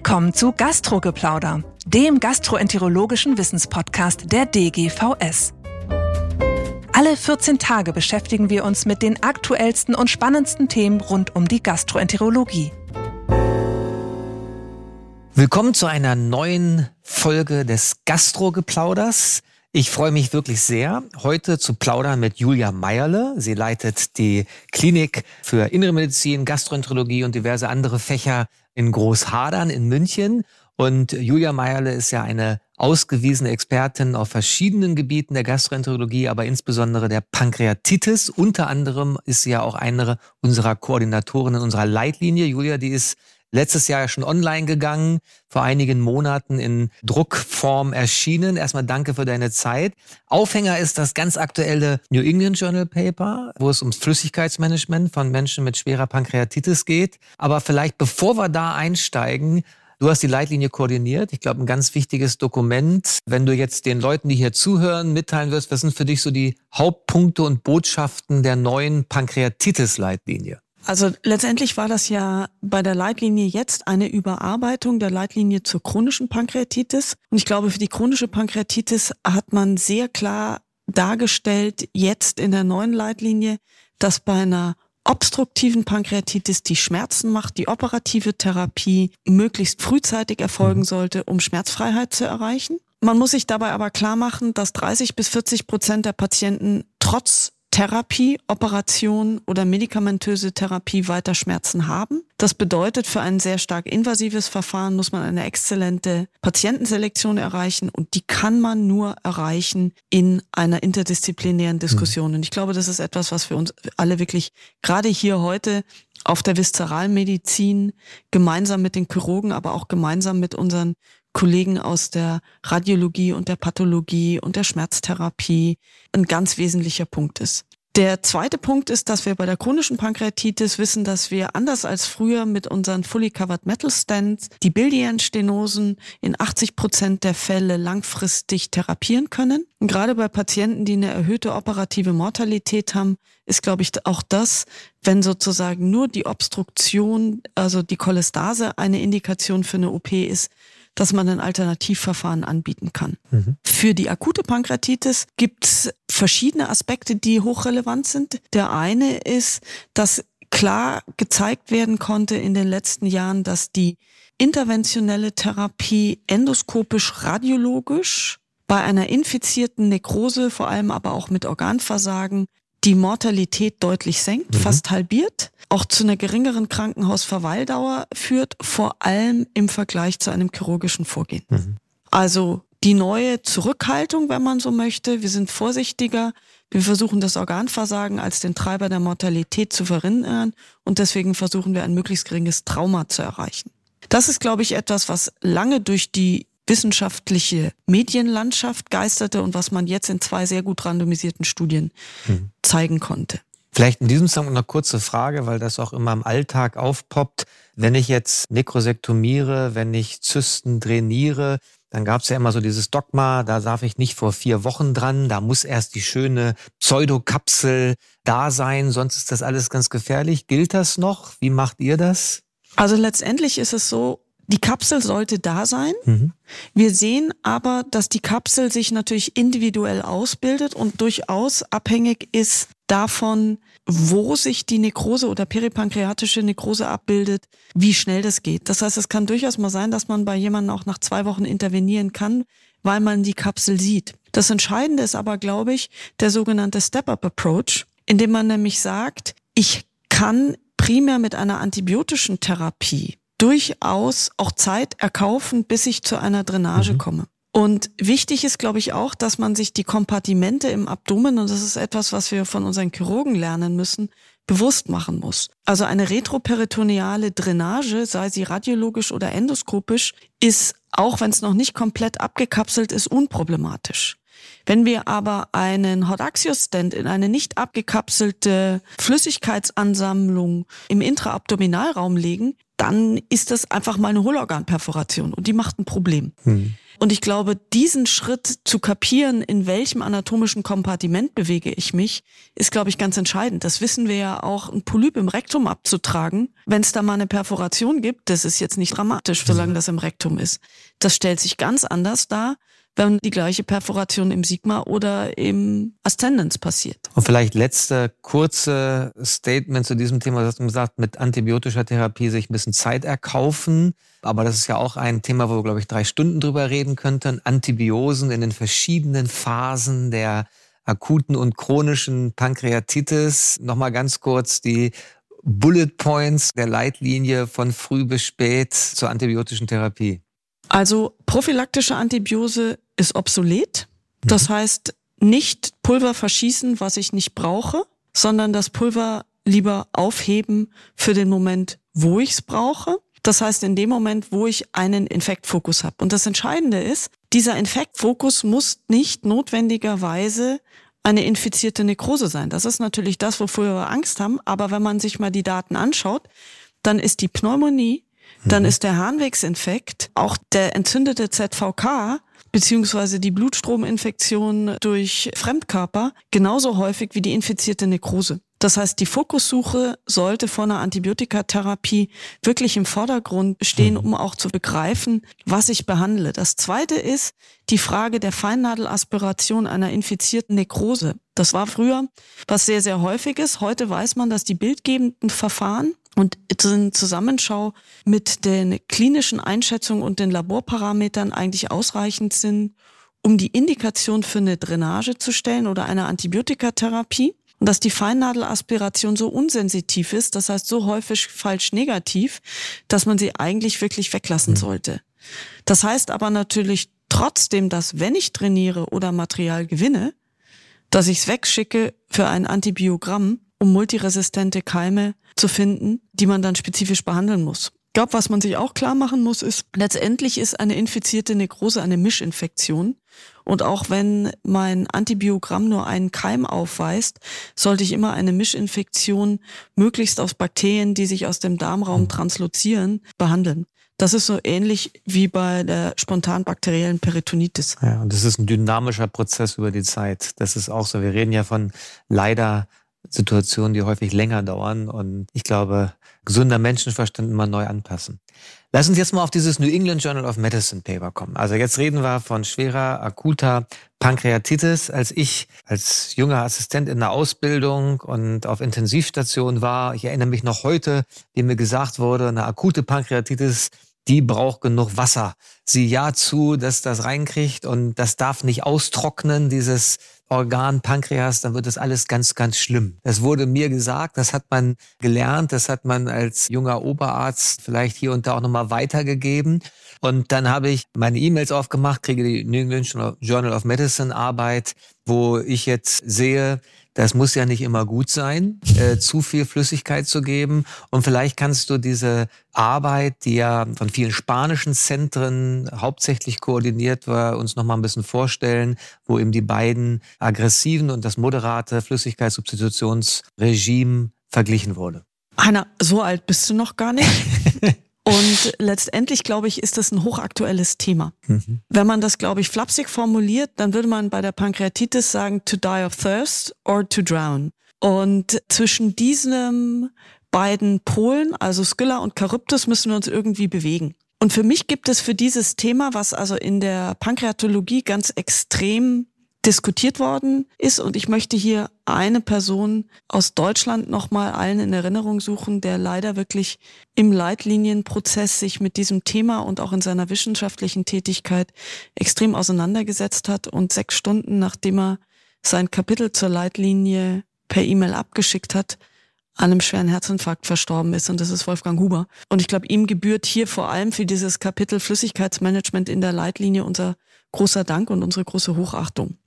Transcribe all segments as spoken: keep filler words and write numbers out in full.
Willkommen zu Gastrogeplauder, dem gastroenterologischen Wissenspodcast der D G V S. Alle vierzehn Tage beschäftigen wir uns mit den aktuellsten und spannendsten Themen rund um die Gastroenterologie. Willkommen zu einer neuen Folge des Gastrogeplauders. Ich freue mich wirklich sehr, heute zu plaudern mit Julia Meierle. Sie leitet die Klinik für Innere Medizin, Gastroenterologie und diverse andere Fächer in Großhadern in München. Und Julia Meierle ist ja eine ausgewiesene Expertin auf verschiedenen Gebieten der Gastroenterologie, aber insbesondere der Pankreatitis. Unter anderem ist sie ja auch eine unserer Koordinatoren in unserer Leitlinie. Julia, die ist letztes Jahr schon online gegangen, vor einigen Monaten in Druckform erschienen. Erstmal danke für deine Zeit. Aufhänger ist das ganz aktuelle New England Journal Paper, wo es ums Flüssigkeitsmanagement von Menschen mit schwerer Pankreatitis geht. Aber vielleicht, bevor wir da einsteigen, du hast die Leitlinie koordiniert. Ich glaube, ein ganz wichtiges Dokument. Wenn du jetzt den Leuten, die hier zuhören, mitteilen wirst, was sind für dich so die Hauptpunkte und Botschaften der neuen Pankreatitis-Leitlinie? Also letztendlich war das ja bei der Leitlinie jetzt eine Überarbeitung der Leitlinie zur chronischen Pankreatitis. Und ich glaube, für die chronische Pankreatitis hat man sehr klar dargestellt, jetzt in der neuen Leitlinie, dass bei einer obstruktiven Pankreatitis, die Schmerzen macht, die operative Therapie möglichst frühzeitig erfolgen sollte, um Schmerzfreiheit zu erreichen. Man muss sich dabei aber klar machen, dass dreißig bis vierzig Prozent der Patienten trotz Therapie, Operation oder medikamentöse Therapie weiter Schmerzen haben. Das bedeutet, für ein sehr stark invasives Verfahren muss man eine exzellente Patientenselektion erreichen und die kann man nur erreichen in einer interdisziplinären Diskussion. Und ich glaube, das ist etwas, was für uns alle wirklich gerade hier heute auf der Viszeralmedizin gemeinsam mit den Chirurgen, aber auch gemeinsam mit unseren Kollegen aus der Radiologie und der Pathologie und der Schmerztherapie ein ganz wesentlicher Punkt ist. Der zweite Punkt ist, dass wir bei der chronischen Pankreatitis wissen, dass wir anders als früher mit unseren Fully Covered Metal Stents die Bilirgenstenosen in achtzig Prozent der Fälle langfristig therapieren können. Und gerade bei Patienten, die eine erhöhte operative Mortalität haben, ist, glaube ich, auch das, wenn sozusagen nur die Obstruktion, also die Cholestase eine Indikation für eine O P ist, dass man ein Alternativverfahren anbieten kann. Mhm. Für die akute Pankreatitis gibt es verschiedene Aspekte, die hochrelevant sind. Der eine ist, dass klar gezeigt werden konnte in den letzten Jahren, dass die interventionelle Therapie endoskopisch, radiologisch bei einer infizierten Nekrose, vor allem aber auch mit Organversagen, die Mortalität deutlich senkt, mhm. fast halbiert, auch zu einer geringeren Krankenhausverweildauer führt, vor allem im Vergleich zu einem chirurgischen Vorgehen. Mhm. Also die neue Zurückhaltung, wenn man so möchte. Wir sind vorsichtiger. Wir versuchen das Organversagen als den Treiber der Mortalität zu verringern und deswegen versuchen wir ein möglichst geringes Trauma zu erreichen. Das ist, glaube ich, etwas, was lange durch die wissenschaftliche Medienlandschaft geisterte und was man jetzt in zwei sehr gut randomisierten Studien hm. zeigen konnte. Vielleicht in diesem Zusammenhang eine kurze Frage, weil das auch immer im Alltag aufpoppt. Wenn ich jetzt nekrosektomiere, wenn ich Zysten drainiere, dann gab es ja immer so dieses Dogma, da darf ich nicht vor vier Wochen dran, da muss erst die schöne Pseudokapsel da sein, sonst ist das alles ganz gefährlich. Gilt das noch? Wie macht ihr das? Also letztendlich ist es so, die Kapsel sollte da sein. Mhm. Wir sehen aber, dass die Kapsel sich natürlich individuell ausbildet und durchaus abhängig ist davon, wo sich die Nekrose oder peripankreatische Nekrose abbildet, wie schnell das geht. Das heißt, es kann durchaus mal sein, dass man bei jemandem auch nach zwei Wochen intervenieren kann, weil man die Kapsel sieht. Das Entscheidende ist aber, glaube ich, der sogenannte Step-Up-Approach, indem man nämlich sagt, ich kann primär mit einer antibiotischen Therapie durchaus auch Zeit erkaufen, bis ich zu einer Drainage mhm. komme. Und wichtig ist, glaube ich, auch, dass man sich die Kompartimente im Abdomen, und das ist etwas, was wir von unseren Chirurgen lernen müssen, bewusst machen muss. Also eine retroperitoneale Drainage, sei sie radiologisch oder endoskopisch, ist, auch wenn es noch nicht komplett abgekapselt ist, unproblematisch. Wenn wir aber einen Hot-Axios-Stent in eine nicht abgekapselte Flüssigkeitsansammlung im Intraabdominalraum legen, dann ist das einfach mal eine Hohlorganperforation und die macht ein Problem. Hm. Und ich glaube, diesen Schritt zu kapieren, in welchem anatomischen Kompartiment bewege ich mich, ist, glaube ich, ganz entscheidend. Das wissen wir ja auch, ein Polyp im Rektum abzutragen. Wenn es da mal eine Perforation gibt, das ist jetzt nicht dramatisch, solange das im Rektum ist. Das stellt sich ganz anders dar, wenn die gleiche Perforation im Sigma oder im Ascendens passiert. Und vielleicht letzte kurze Statement zu diesem Thema. Du hast gesagt, mit antibiotischer Therapie sich ein bisschen Zeit erkaufen. Aber das ist ja auch ein Thema, wo wir, glaube ich, drei Stunden drüber reden könnten. Antibiosen in den verschiedenen Phasen der akuten und chronischen Pankreatitis. Nochmal ganz kurz die Bullet Points der Leitlinie von früh bis spät zur antibiotischen Therapie. Also prophylaktische Antibiose ist obsolet. Das heißt, nicht Pulver verschießen, was ich nicht brauche, sondern das Pulver lieber aufheben für den Moment, wo ich es brauche. Das heißt, in dem Moment, wo ich einen Infektfokus habe. Und das Entscheidende ist, dieser Infektfokus muss nicht notwendigerweise eine infizierte Nekrose sein. Das ist natürlich das, wovor wir Angst haben. Aber wenn man sich mal die Daten anschaut, dann ist die Pneumonie, dann ist der Harnwegsinfekt, auch der entzündete Z V K beziehungsweise die Blutstrominfektion durch Fremdkörper genauso häufig wie die infizierte Nekrose. Das heißt, die Fokussuche sollte vor einer Antibiotikatherapie wirklich im Vordergrund stehen, um auch zu begreifen, was ich behandle. Das Zweite ist die Frage der Feinnadelaspiration einer infizierten Nekrose. Das war früher was sehr, sehr Häufiges. Heute weiß man, dass die bildgebenden Verfahren und in Zusammenschau mit den klinischen Einschätzungen und den Laborparametern eigentlich ausreichend sind, um die Indikation für eine Drainage zu stellen oder eine Antibiotikatherapie. Und dass die Feinnadelaspiration so unsensitiv ist, das heißt so häufig falsch negativ, dass man sie eigentlich wirklich weglassen sollte. Das heißt aber natürlich trotzdem, dass wenn ich trainiere oder Material gewinne, dass ich es wegschicke für ein Antibiogramm, um multiresistente Keime zu finden, die man dann spezifisch behandeln muss. Ich glaube, was man sich auch klar machen muss, ist, letztendlich ist eine infizierte Nekrose eine Mischinfektion. Und auch wenn mein Antibiogramm nur einen Keim aufweist, sollte ich immer eine Mischinfektion möglichst aus Bakterien, die sich aus dem Darmraum translozieren, behandeln. Das ist so ähnlich wie bei der spontan bakteriellen Peritonitis. Ja, und das ist ein dynamischer Prozess über die Zeit. Das ist auch so. Wir reden ja von leider Situationen, die häufig länger dauern und ich glaube, gesunder Menschenverstand immer neu anpassen. Lass uns jetzt mal auf dieses New England Journal of Medicine Paper kommen. Also jetzt reden wir von schwerer, akuter Pankreatitis. Als ich als junger Assistent in der Ausbildung und auf Intensivstation war, ich erinnere mich noch heute, wie mir gesagt wurde, eine akute Pankreatitis, die braucht genug Wasser. Sieh ja zu, dass das reinkriegt und das darf nicht austrocknen, dieses Organ Pankreas, dann wird das alles ganz, ganz schlimm. Das wurde mir gesagt, das hat man gelernt, das hat man als junger Oberarzt vielleicht hier und da auch nochmal weitergegeben. Und dann habe ich meine E-Mails aufgemacht, kriege die New England Journal of Medicine Arbeit, wo ich jetzt sehe, das muss ja nicht immer gut sein, äh, zu viel Flüssigkeit zu geben. Und vielleicht kannst du diese Arbeit, die ja von vielen spanischen Zentren hauptsächlich koordiniert war, uns noch mal ein bisschen vorstellen, wo eben die beiden aggressiven und das moderate Flüssigkeitssubstitutionsregime verglichen wurde. Heiner, so alt bist du noch gar nicht. Und letztendlich, glaube ich, ist das ein hochaktuelles Thema. Mhm. Wenn man das, glaube ich, flapsig formuliert, dann würde man bei der Pankreatitis sagen, to die of thirst or to drown. Und zwischen diesen beiden Polen, also Scylla und Charybdis, müssen wir uns irgendwie bewegen. Und für mich gibt es für dieses Thema, was also in der Pankreatologie ganz extrem diskutiert worden ist, und ich möchte hier eine Person aus Deutschland nochmal allen in Erinnerung suchen, der leider wirklich im Leitlinienprozess sich mit diesem Thema und auch in seiner wissenschaftlichen Tätigkeit extrem auseinandergesetzt hat und sechs Stunden, nachdem er sein Kapitel zur Leitlinie per E-Mail abgeschickt hat, an einem schweren Herzinfarkt verstorben ist, und das ist Wolfgang Huber. Und ich glaube, ihm gebührt hier vor allem für dieses Kapitel Flüssigkeitsmanagement in der Leitlinie unser großer Dank und unsere große Hochachtung.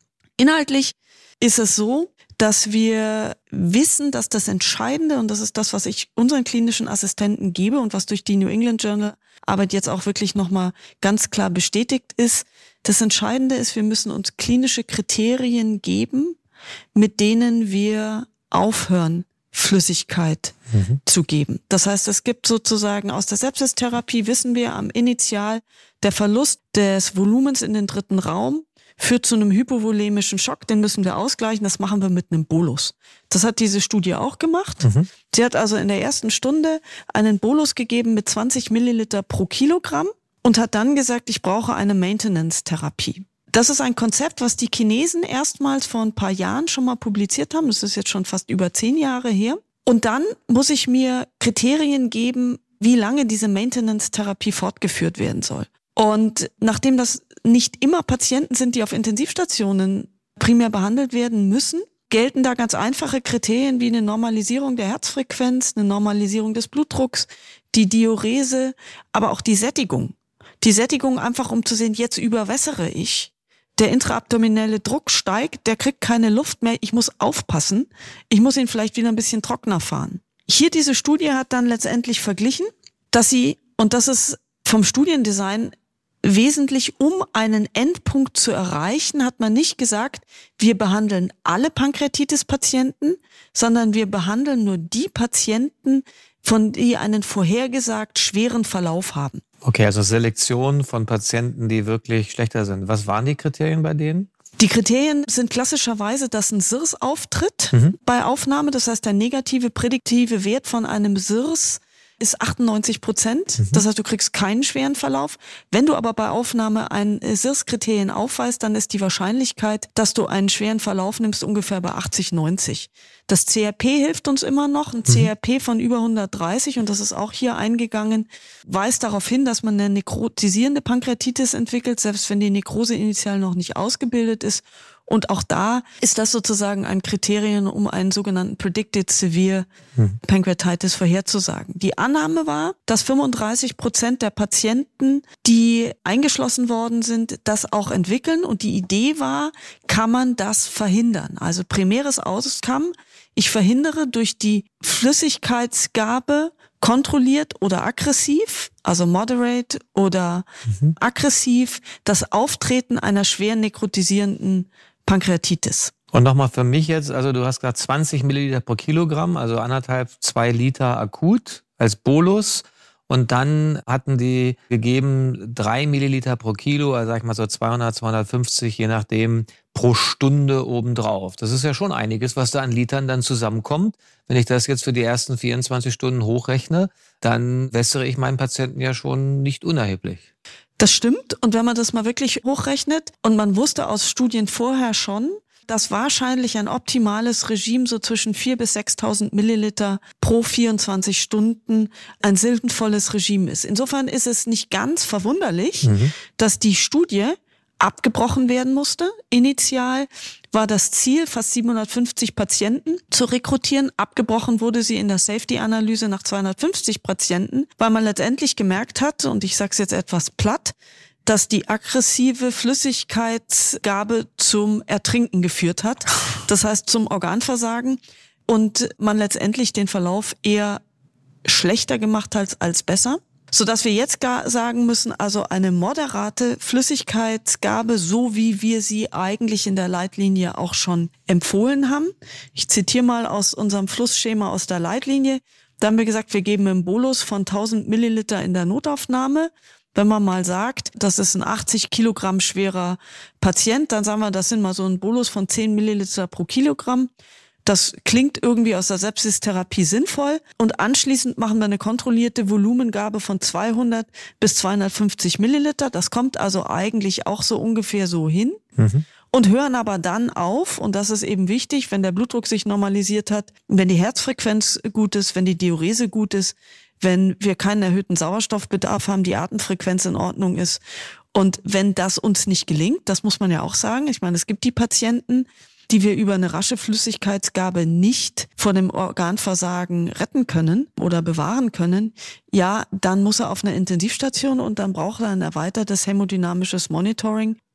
Inhaltlich ist es so, dass wir wissen, dass das Entscheidende, und das ist das, was ich unseren klinischen Assistenten gebe und was durch die New England Journal Arbeit jetzt auch wirklich nochmal ganz klar bestätigt ist, das Entscheidende ist, wir müssen uns klinische Kriterien geben, mit denen wir aufhören, Flüssigkeit mhm. zu geben. Das heißt, es gibt sozusagen aus der Sepsistherapie, wissen wir am Initial, der Verlust des Volumens in den dritten Raum führt zu einem hypovolemischen Schock, den müssen wir ausgleichen, das machen wir mit einem Bolus. Das hat diese Studie auch gemacht. Mhm. Sie hat also in der ersten Stunde einen Bolus gegeben mit zwanzig Milliliter pro Kilogramm und hat dann gesagt, ich brauche eine Maintenance-Therapie. Das ist ein Konzept, was die Chinesen erstmals vor ein paar Jahren schon mal publiziert haben. Das ist jetzt schon fast über zehn Jahre her. Und dann muss ich mir Kriterien geben, wie lange diese Maintenance-Therapie fortgeführt werden soll. Und nachdem das nicht immer Patienten sind, die auf Intensivstationen primär behandelt werden müssen, gelten da ganz einfache Kriterien wie eine Normalisierung der Herzfrequenz, eine Normalisierung des Blutdrucks, die Diurese, aber auch die Sättigung. Die Sättigung einfach, um zu sehen, jetzt überwässere ich. Der intraabdominelle Druck steigt, der kriegt keine Luft mehr, ich muss aufpassen, ich muss ihn vielleicht wieder ein bisschen trockener fahren. Hier diese Studie hat dann letztendlich verglichen, dass sie, und das ist vom Studiendesign wesentlich, um einen Endpunkt zu erreichen, hat man nicht gesagt, wir behandeln alle Pankreatitis-Patienten, sondern wir behandeln nur die Patienten, von die einen vorhergesagt schweren Verlauf haben. Okay, also Selektion von Patienten, die wirklich schlechter sind. Was waren die Kriterien bei denen? Die Kriterien sind klassischerweise, dass ein S I R S auftritt mhm. bei Aufnahme. Das heißt, der negative prädiktive Wert von einem S I R S ist achtundneunzig Prozent. Mhm. Das heißt, du kriegst keinen schweren Verlauf. Wenn du aber bei Aufnahme ein S I R S-Kriterien aufweist, dann ist die Wahrscheinlichkeit, dass du einen schweren Verlauf nimmst, ungefähr bei achtzig, neunzig. Das C R P hilft uns immer noch. Ein mhm. C R P von über hundertdreißig, und das ist auch hier eingegangen, weist darauf hin, dass man eine nekrotisierende Pankreatitis entwickelt, selbst wenn die Nekrose initial noch nicht ausgebildet ist. Und auch da ist das sozusagen ein Kriterium, um einen sogenannten Predicted Severe hm. Pancreatitis vorherzusagen. Die Annahme war, dass fünfunddreißig Prozent der Patienten, die eingeschlossen worden sind, das auch entwickeln. Und die Idee war, kann man das verhindern? Also primäres Outcome, ich verhindere durch die Flüssigkeitsgabe kontrolliert oder aggressiv, also moderate oder mhm. aggressiv, das Auftreten einer schweren nekrotisierenden Pankreatitis. Und nochmal für mich jetzt, also du hast gerade zwanzig Milliliter pro Kilogramm, also anderthalb, zwei Liter akut als Bolus. Und dann hatten die gegeben drei Milliliter pro Kilo, also sag ich mal so zweihundert, zweihundertfünfzig, je nachdem, pro Stunde obendrauf. Das ist ja schon einiges, was da an Litern dann zusammenkommt. Wenn ich das jetzt für die ersten vierundzwanzig Stunden hochrechne, dann wässere ich meinen Patienten ja schon nicht unerheblich. Das stimmt. Und wenn man das mal wirklich hochrechnet, und man wusste aus Studien vorher schon, dass wahrscheinlich ein optimales Regime so zwischen viertausend bis sechstausend Milliliter pro vierundzwanzig Stunden ein sinnvolles Regime ist. Insofern ist es nicht ganz verwunderlich, mhm. dass die Studie abgebrochen werden musste. Initial war das Ziel, fast siebenhundertfünfzig Patienten zu rekrutieren. Abgebrochen wurde sie in der Safety-Analyse nach zweihundertfünfzig Patienten, weil man letztendlich gemerkt hat, und ich sage es jetzt etwas platt, dass die aggressive Flüssigkeitsgabe zum Ertrinken geführt hat. Das heißt zum Organversagen. Und man letztendlich den Verlauf eher schlechter gemacht hat als besser. Sodass wir jetzt gar sagen müssen, also eine moderate Flüssigkeitsgabe, so wie wir sie eigentlich in der Leitlinie auch schon empfohlen haben. Ich zitiere mal aus unserem Flussschema aus der Leitlinie. Da haben wir gesagt, wir geben einen Bolus von tausend Milliliter in der Notaufnahme. Wenn man mal sagt, das ist ein achtzig Kilogramm schwerer Patient, dann sagen wir, das sind mal so ein Bolus von zehn Milliliter pro Kilogramm. Das klingt irgendwie aus der Sepsistherapie sinnvoll. Und anschließend machen wir eine kontrollierte Volumengabe von zweihundert bis zweihundertfünfzig Milliliter. Das kommt also eigentlich auch so ungefähr so hin. Mhm. Und hören aber dann auf, und das ist eben wichtig, wenn der Blutdruck sich normalisiert hat, wenn die Herzfrequenz gut ist, wenn die Diurese gut ist, wenn wir keinen erhöhten Sauerstoffbedarf haben, die Atemfrequenz in Ordnung ist. Und wenn das uns nicht gelingt, das muss man ja auch sagen, ich meine, es gibt die Patienten, die wir über eine rasche Flüssigkeitsgabe nicht vor dem Organversagen retten können oder bewahren können, ja, dann muss er auf eine Intensivstation und dann braucht er ein erweitertes hämodynamisches Monitoring.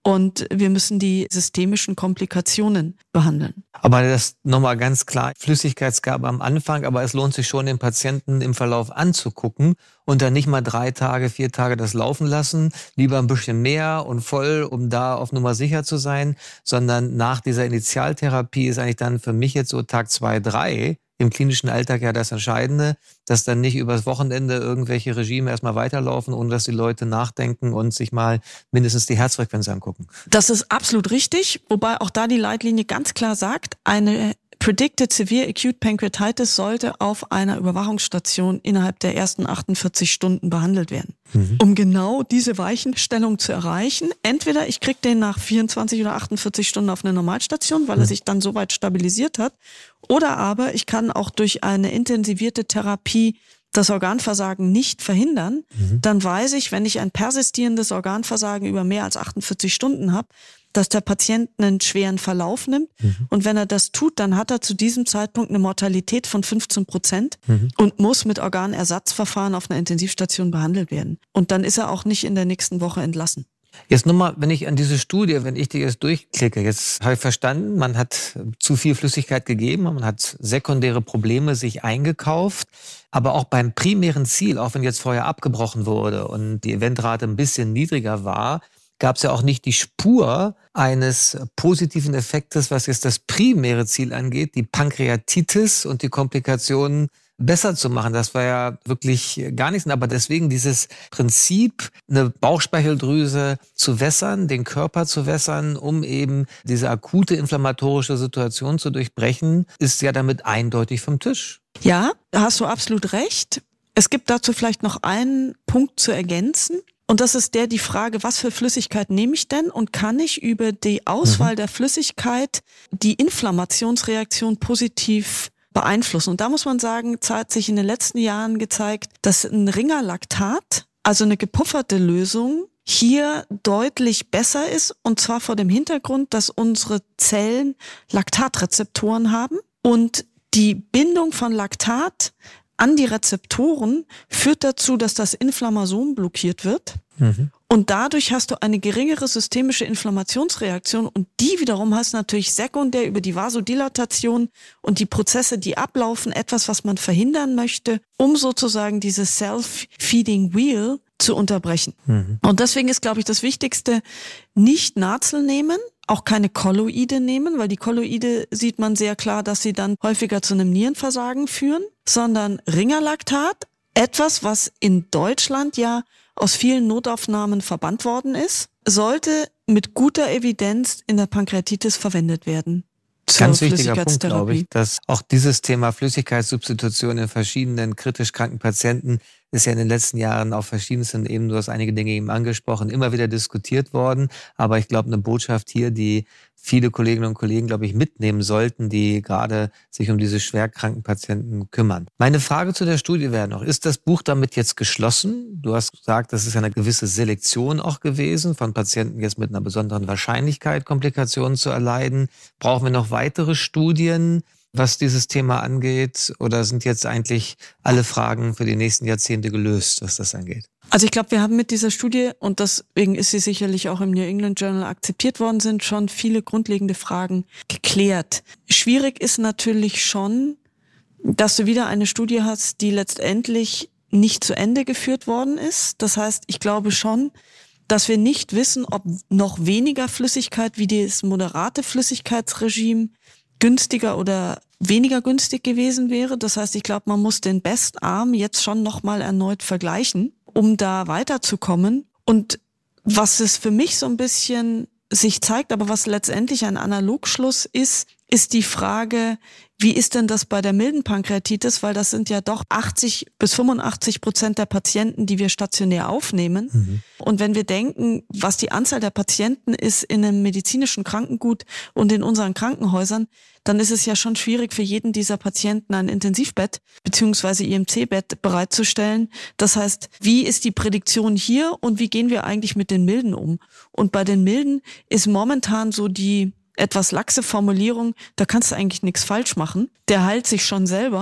und wir müssen die systemischen Komplikationen behandeln. Aber das nochmal ganz klar, Flüssigkeitsgabe am Anfang, aber es lohnt sich schon, den Patienten im Verlauf anzugucken und dann nicht mal drei Tage, vier Tage das laufen lassen, lieber ein bisschen mehr und voll, um da auf Nummer sicher zu sein, sondern nach dieser Initialtherapie ist eigentlich dann für mich jetzt so Tag zwei, drei im klinischen Alltag ja das Entscheidende, dass dann nicht übers Wochenende irgendwelche Regime erstmal weiterlaufen, ohne dass die Leute nachdenken und sich mal mindestens die Herzfrequenz angucken. Das ist absolut richtig, wobei auch da die Leitlinie ganz klar sagt, eine Predicted Severe Acute Pancreatitis sollte auf einer Überwachungsstation innerhalb der ersten achtundvierzig Stunden behandelt werden. Mhm. Um genau diese Weichenstellung zu erreichen, entweder ich kriege den nach vierundzwanzig oder achtundvierzig Stunden auf eine Normalstation, weil mhm. er sich dann soweit stabilisiert hat, oder aber ich kann auch durch eine intensivierte Therapie das Organversagen nicht verhindern, mhm. dann weiß ich, wenn ich ein persistierendes Organversagen über mehr als achtundvierzig Stunden habe, dass der Patient einen schweren Verlauf nimmt. Mhm. Und wenn er das tut, dann hat er zu diesem Zeitpunkt eine Mortalität von fünfzehn Prozent mhm. und muss mit Organersatzverfahren auf einer Intensivstation behandelt werden. Und dann ist er auch nicht in der nächsten Woche entlassen. Jetzt nochmal, wenn ich an diese Studie, wenn ich die jetzt durchklicke, jetzt habe ich verstanden, man hat zu viel Flüssigkeit gegeben, man hat sekundäre Probleme sich eingekauft, aber auch beim primären Ziel, auch wenn jetzt vorher abgebrochen wurde und die Eventrate ein bisschen niedriger war, gab es ja auch nicht die Spur eines positiven Effektes, was jetzt das primäre Ziel angeht, die Pankreatitis und die Komplikationen besser zu machen. Das war ja wirklich gar nichts. Aber deswegen dieses Prinzip, eine Bauchspeicheldrüse zu wässern, den Körper zu wässern, um eben diese akute inflammatorische Situation zu durchbrechen, ist ja damit eindeutig vom Tisch. Ja, da hast du absolut recht. Es gibt dazu vielleicht noch einen Punkt zu ergänzen. Und das ist der, die Frage, was für Flüssigkeit nehme ich denn und kann ich über die Auswahl mhm. der Flüssigkeit die Inflammationsreaktion positiv beeinflussen? Und da muss man sagen, hat sich in den letzten Jahren gezeigt, dass ein Ringerlaktat, also eine gepufferte Lösung, hier deutlich besser ist. Und zwar vor dem Hintergrund, dass unsere Zellen Laktatrezeptoren haben und die Bindung von Laktat an die Rezeptoren führt dazu, dass das Inflammasom blockiert wird. Mhm. Und dadurch hast du eine geringere systemische Inflammationsreaktion und die wiederum hast natürlich sekundär über die Vasodilatation und die Prozesse, die ablaufen, etwas, was man verhindern möchte, um sozusagen dieses Self-Feeding Wheel zu unterbrechen. Mhm. Und deswegen ist, glaube ich, das Wichtigste, nicht Nazel nehmen, auch keine Kolloide nehmen, weil die Kolloide sieht man sehr klar, dass sie dann häufiger zu einem Nierenversagen führen, sondern Ringerlaktat, etwas, was in Deutschland ja aus vielen Notaufnahmen verbannt worden ist, sollte mit guter Evidenz in der Pankreatitis verwendet werden. Ganz wichtiger Punkt, glaube ich, dass auch dieses Thema Flüssigkeitssubstitution in verschiedenen kritisch kranken Patienten ist ja in den letzten Jahren auf verschiedensten Ebenen, du hast einige Dinge eben angesprochen, immer wieder diskutiert worden. Aber ich glaube, eine Botschaft hier, die viele Kolleginnen und Kollegen, glaube ich, mitnehmen sollten, die gerade sich um diese schwerkranken Patienten kümmern. Meine Frage zu der Studie wäre noch, ist das Buch damit jetzt geschlossen? Du hast gesagt, das ist eine gewisse Selektion auch gewesen von Patienten jetzt mit einer besonderen Wahrscheinlichkeit, Komplikationen zu erleiden. Brauchen wir noch weitere Studien, was dieses Thema angeht? Oder sind jetzt eigentlich alle Fragen für die nächsten Jahrzehnte gelöst, was das angeht? Also ich glaube, wir haben mit dieser Studie, und deswegen ist sie sicherlich auch im New England Journal akzeptiert worden, sind schon viele grundlegende Fragen geklärt. Schwierig ist natürlich schon, dass du wieder eine Studie hast, die letztendlich nicht zu Ende geführt worden ist. Das heißt, ich glaube schon, dass wir nicht wissen, ob noch weniger Flüssigkeit wie das moderate Flüssigkeitsregime günstiger oder weniger günstig gewesen wäre. Das heißt, ich glaube, man muss den Best Arm jetzt schon nochmal erneut vergleichen, um da weiterzukommen. Und was es für mich so ein bisschen sich zeigt, aber was letztendlich ein Analogschluss ist, ist die Frage, wie ist denn das bei der milden Pankreatitis? Weil das sind ja doch achtzig bis fünfundachtzig Prozent der Patienten, die wir stationär aufnehmen. Mhm. Und wenn wir denken, was die Anzahl der Patienten ist in einem medizinischen Krankengut und in unseren Krankenhäusern, dann ist es ja schon schwierig für jeden dieser Patienten ein Intensivbett beziehungsweise I M C-Bett bereitzustellen. Das heißt, wie ist die Prädiktion hier und wie gehen wir eigentlich mit den Milden um? Und bei den Milden ist momentan so die etwas laxe Formulierung, da kannst du eigentlich nichts falsch machen. Der heilt sich schon selber.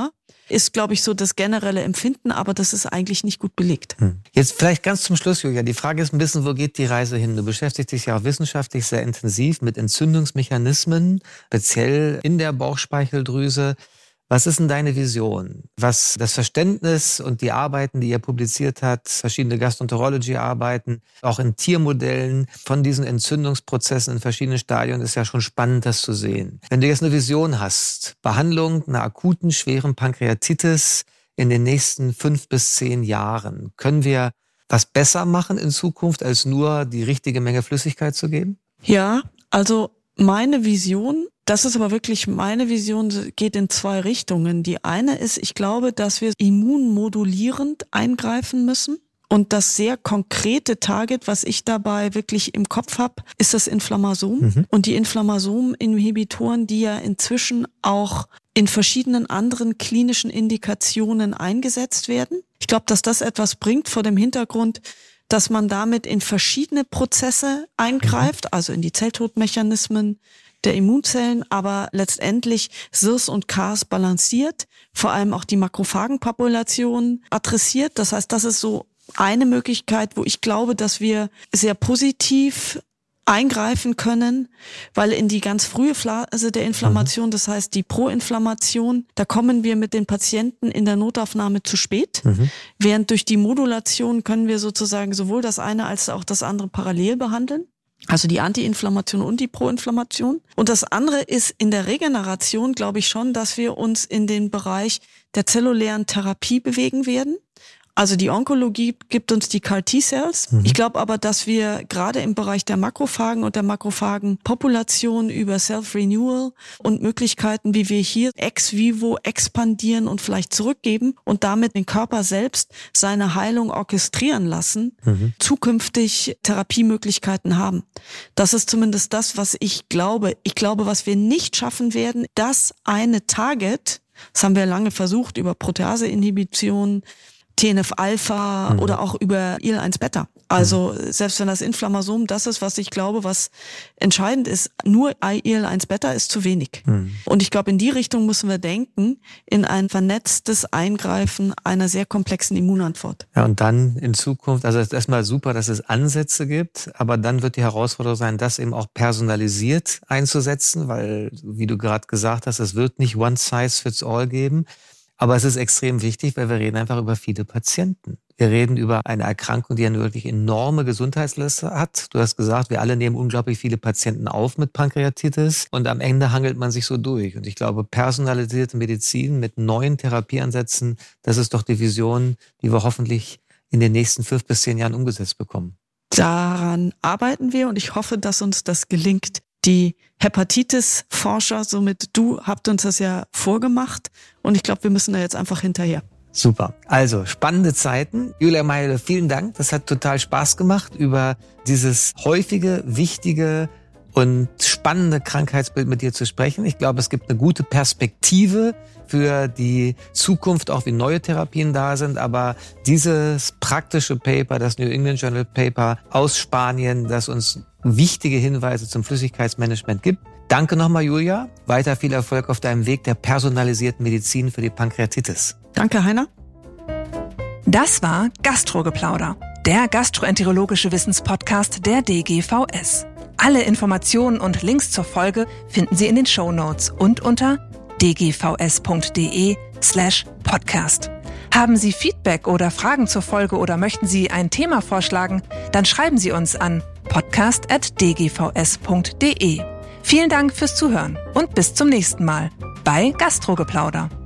ist, glaube ich, so das generelle Empfinden, aber das ist eigentlich nicht gut belegt. Hm. Jetzt vielleicht ganz zum Schluss, Julia. Die Frage ist ein bisschen, wo geht die Reise hin? Du beschäftigst dich ja auch wissenschaftlich sehr intensiv mit Entzündungsmechanismen, speziell in der Bauchspeicheldrüse. Was ist denn deine Vision? Was das Verständnis und die Arbeiten, die ihr publiziert habt, verschiedene Gastroenterology-Arbeiten, auch in Tiermodellen von diesen Entzündungsprozessen in verschiedenen Stadien, ist ja schon spannend, das zu sehen. Wenn du jetzt eine Vision hast, Behandlung einer akuten, schweren Pankreatitis in den nächsten fünf bis zehn Jahren, können wir was besser machen in Zukunft, als nur die richtige Menge Flüssigkeit zu geben? Ja, also meine Vision, das ist aber wirklich meine Vision, geht in zwei Richtungen. Die eine ist, ich glaube, dass wir immunmodulierend eingreifen müssen. Und das sehr konkrete Target, was ich dabei wirklich im Kopf habe, ist das Inflammasom. Mhm. Und die Inflammasom-Inhibitoren, die ja inzwischen auch in verschiedenen anderen klinischen Indikationen eingesetzt werden. Ich glaube, dass das etwas bringt vor dem Hintergrund, dass man damit in verschiedene Prozesse eingreift, also in die Zelltodmechanismen der Immunzellen, aber letztendlich S I R S und C A S balanciert, vor allem auch die Makrophagenpopulation adressiert. Das heißt, das ist so eine Möglichkeit, wo ich glaube, dass wir sehr positiv eingreifen können, weil in die ganz frühe Phase der Inflammation, das heißt die Proinflammation, da kommen wir mit den Patienten in der Notaufnahme zu spät, mhm. während durch die Modulation können wir sozusagen sowohl das eine als auch das andere parallel behandeln. Also die Antiinflammation und die Proinflammation. Und das andere ist in der Regeneration, glaube ich schon, dass wir uns in den Bereich der zellulären Therapie bewegen werden. Also die Onkologie gibt uns die C A R T-Cells. Mhm. Ich glaube aber, dass wir gerade im Bereich der Makrophagen und der Makrophagenpopulation über Self-Renewal und Möglichkeiten, wie wir hier ex vivo expandieren und vielleicht zurückgeben und damit den Körper selbst seine Heilung orchestrieren lassen, mhm. zukünftig Therapiemöglichkeiten haben. Das ist zumindest das, was ich glaube. Ich glaube, was wir nicht schaffen werden, dass eine Target, das haben wir lange versucht über Proteaseinhibition, T N F-Alpha mhm. oder auch über I L eins Beta. Also mhm. selbst wenn das Inflammasom das ist, was ich glaube, was entscheidend ist, nur I L eins Beta ist zu wenig. Mhm. Und ich glaube, in die Richtung müssen wir denken, in ein vernetztes Eingreifen einer sehr komplexen Immunantwort. Ja, und dann in Zukunft, also es ist erstmal super, dass es Ansätze gibt, aber dann wird die Herausforderung sein, das eben auch personalisiert einzusetzen, weil, wie du gerade gesagt hast, es wird nicht one size fits all geben. Aber es ist extrem wichtig, weil wir reden einfach über viele Patienten. Wir reden über eine Erkrankung, die eine wirklich enorme Gesundheitsliste hat. Du hast gesagt, wir alle nehmen unglaublich viele Patienten auf mit Pankreatitis und am Ende hangelt man sich so durch. Und ich glaube, personalisierte Medizin mit neuen Therapieansätzen, das ist doch die Vision, die wir hoffentlich in den nächsten fünf bis zehn Jahren umgesetzt bekommen. Daran arbeiten wir und ich hoffe, dass uns das gelingt. Die Hepatitis-Forscher, somit du, habt uns das ja vorgemacht und ich glaube, wir müssen da jetzt einfach hinterher. Super. Also, spannende Zeiten. Julia Mayerle, vielen Dank. Das hat total Spaß gemacht, über dieses häufige, wichtige und spannende Krankheitsbild mit dir zu sprechen. Ich glaube, es gibt eine gute Perspektive für die Zukunft, auch wie neue Therapien da sind. Aber dieses praktische Paper, das New England Journal Paper aus Spanien, das uns wichtige Hinweise zum Flüssigkeitsmanagement gibt. Danke nochmal, Julia. Weiter viel Erfolg auf deinem Weg der personalisierten Medizin für die Pankreatitis. Danke, Heiner. Das war Gastrogeplauder, der gastroenterologische Wissenspodcast der D G V S. Alle Informationen und Links zur Folge finden Sie in den Shownotes und unter dgvs.de slash podcast. Haben Sie Feedback oder Fragen zur Folge oder möchten Sie ein Thema vorschlagen, dann schreiben Sie uns an podcast at dgvs.de. Vielen Dank fürs Zuhören und bis zum nächsten Mal bei Gastrogeplauder.